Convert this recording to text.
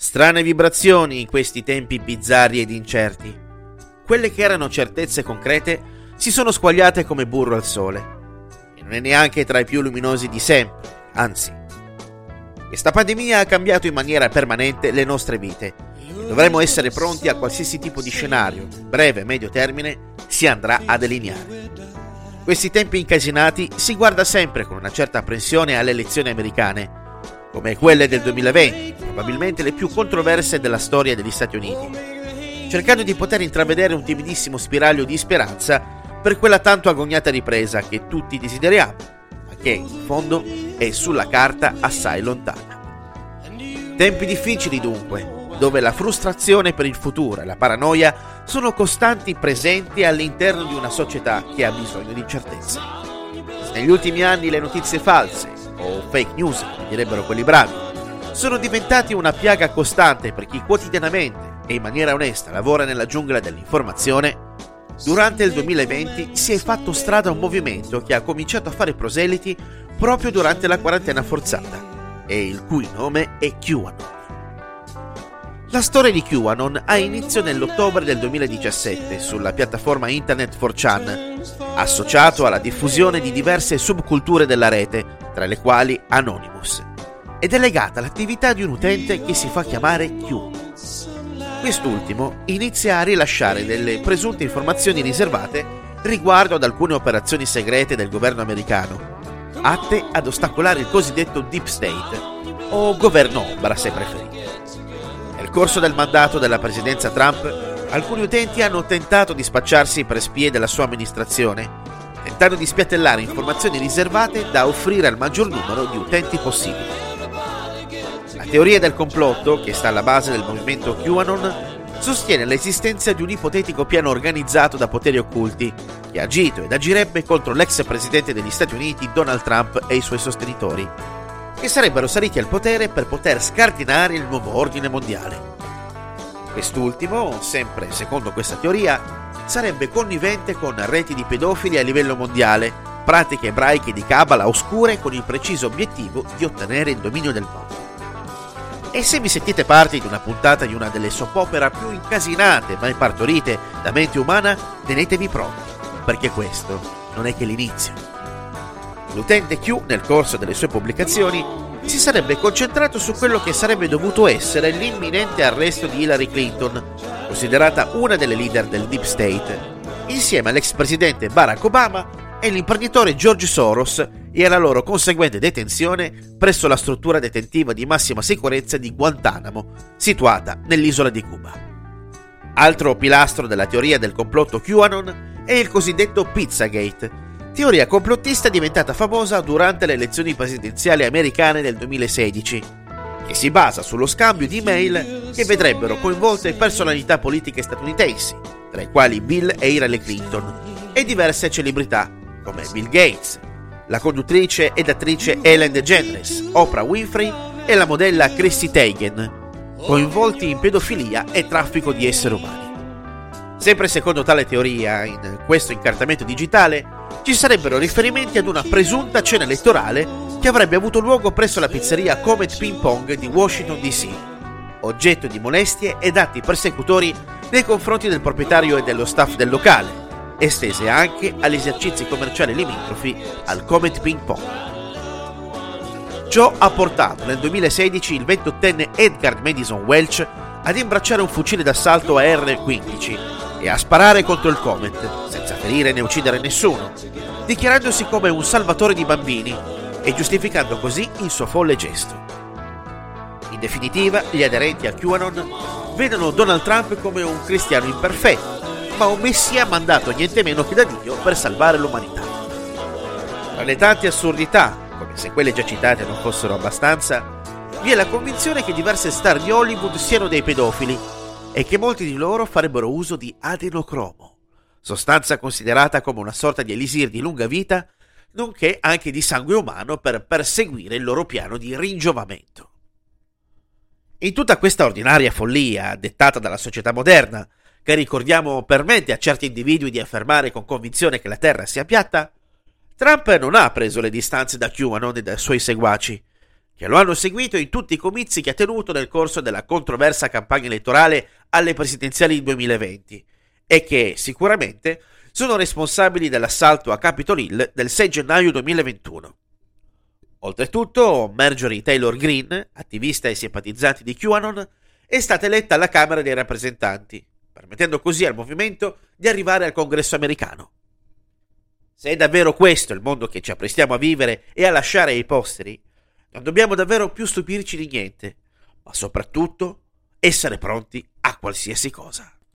Strane vibrazioni in questi tempi bizzarri ed incerti. Quelle che erano certezze concrete si sono squagliate come burro al sole. E non è neanche tra i più luminosi di sempre, anzi. Questa pandemia ha cambiato in maniera permanente le nostre vite e dovremo essere pronti a qualsiasi tipo di scenario, breve e medio termine, si andrà a delineare. Questi tempi incasinati si guarda sempre con una certa apprensione alle elezioni americane, come quelle del 2020, probabilmente le più controverse della storia degli Stati Uniti, cercando di poter intravedere un timidissimo spiraglio di speranza per quella tanto agognata ripresa che tutti desideriamo, ma che, in fondo, è sulla carta assai lontana. Tempi difficili dunque, dove la frustrazione per il futuro e la paranoia sono costanti presenti all'interno di una società che ha bisogno di certezze. Negli ultimi anni le notizie false, o fake news, come direbbero quelli bravi, sono diventati una piaga costante per chi quotidianamente e in maniera onesta lavora nella giungla dell'informazione. Durante il 2020 si è fatto strada un movimento che ha cominciato a fare proseliti proprio durante la quarantena forzata e il cui nome è QAnon. La storia di QAnon ha inizio nell'ottobre del 2017 sulla piattaforma internet 4chan, associato alla diffusione di diverse subculture della rete, tra le quali Anonymous, ed è legata all'attività di un utente che si fa chiamare Q. Quest'ultimo inizia a rilasciare delle presunte informazioni riservate riguardo ad alcune operazioni segrete del governo americano, atte ad ostacolare il cosiddetto Deep State, o governo ombra se preferite. Nel corso del mandato della presidenza Trump, alcuni utenti hanno tentato di spacciarsi per spie della sua amministrazione, tentando di spiattellare informazioni riservate da offrire al maggior numero di utenti possibile. La teoria del complotto, che sta alla base del movimento QAnon, sostiene l'esistenza di un ipotetico piano organizzato da poteri occulti, che ha agito ed agirebbe contro l'ex presidente degli Stati Uniti Donald Trump e i suoi sostenitori, che sarebbero saliti al potere per poter scardinare il nuovo ordine mondiale. Quest'ultimo, sempre secondo questa teoria, sarebbe connivente con reti di pedofili a livello mondiale, pratiche ebraiche di cabala oscure con il preciso obiettivo di ottenere il dominio del mondo. E se vi sentite parte di una puntata di una delle soap opera più incasinate mai partorite da mente umana, tenetevi pronti, perché questo non è che l'inizio. L'utente Q, nel corso delle sue pubblicazioni, si sarebbe concentrato su quello che sarebbe dovuto essere l'imminente arresto di Hillary Clinton, considerata una delle leader del Deep State, insieme all'ex presidente Barack Obama e l'imprenditore George Soros e alla loro conseguente detenzione presso la struttura detentiva di massima sicurezza di Guantanamo, situata nell'isola di Cuba. Altro pilastro della teoria del complotto QAnon è il cosiddetto Pizzagate, teoria complottista diventata famosa durante le elezioni presidenziali americane del 2016, che si basa sullo scambio di email che vedrebbero coinvolte personalità politiche statunitensi, tra i quali Bill e Hillary Clinton, e diverse celebrità, come Bill Gates, la conduttrice ed attrice Ellen DeGeneres, Oprah Winfrey e la modella Chrissy Teigen, coinvolti in pedofilia e traffico di esseri umani. Sempre secondo tale teoria, in questo incartamento digitale ci sarebbero riferimenti ad una presunta cena elettorale che avrebbe avuto luogo presso la pizzeria Comet Ping Pong di Washington DC, oggetto di molestie ed atti persecutori nei confronti del proprietario e dello staff del locale, estese anche agli esercizi commerciali limitrofi al Comet Ping Pong. Ciò ha portato nel 2016 il 28enne Edgar Madison Welch ad imbracciare un fucile d'assalto AR-15 e a sparare contro il Comet, senza ferire né uccidere nessuno, dichiarandosi come un salvatore di bambini e giustificando così il suo folle gesto. In definitiva, gli aderenti a QAnon vedono Donald Trump come un cristiano imperfetto, ma un messia mandato niente meno che da Dio per salvare l'umanità. Tra le tante assurdità, come se quelle già citate non fossero abbastanza, vi è la convinzione che diverse star di Hollywood siano dei pedofili e che molti di loro farebbero uso di adenocromo, sostanza considerata come una sorta di elisir di lunga vita, nonché anche di sangue umano per perseguire il loro piano di ringiovamento. In tutta questa ordinaria follia dettata dalla società moderna, che ricordiamo permette a certi individui di affermare con convinzione che la Terra sia piatta, Trump non ha preso le distanze da QAnon e dai suoi seguaci, che lo hanno seguito in tutti i comizi che ha tenuto nel corso della controversa campagna elettorale alle presidenziali del 2020 e che, sicuramente, sono responsabili dell'assalto a Capitol Hill del 6 gennaio 2021. Oltretutto, Marjorie Taylor Greene, attivista e simpatizzante di QAnon, è stata eletta alla Camera dei rappresentanti, permettendo così al movimento di arrivare al Congresso americano. Se è davvero questo il mondo che ci apprestiamo a vivere e a lasciare ai posteri, non dobbiamo davvero più stupirci di niente, ma soprattutto essere pronti a qualsiasi cosa.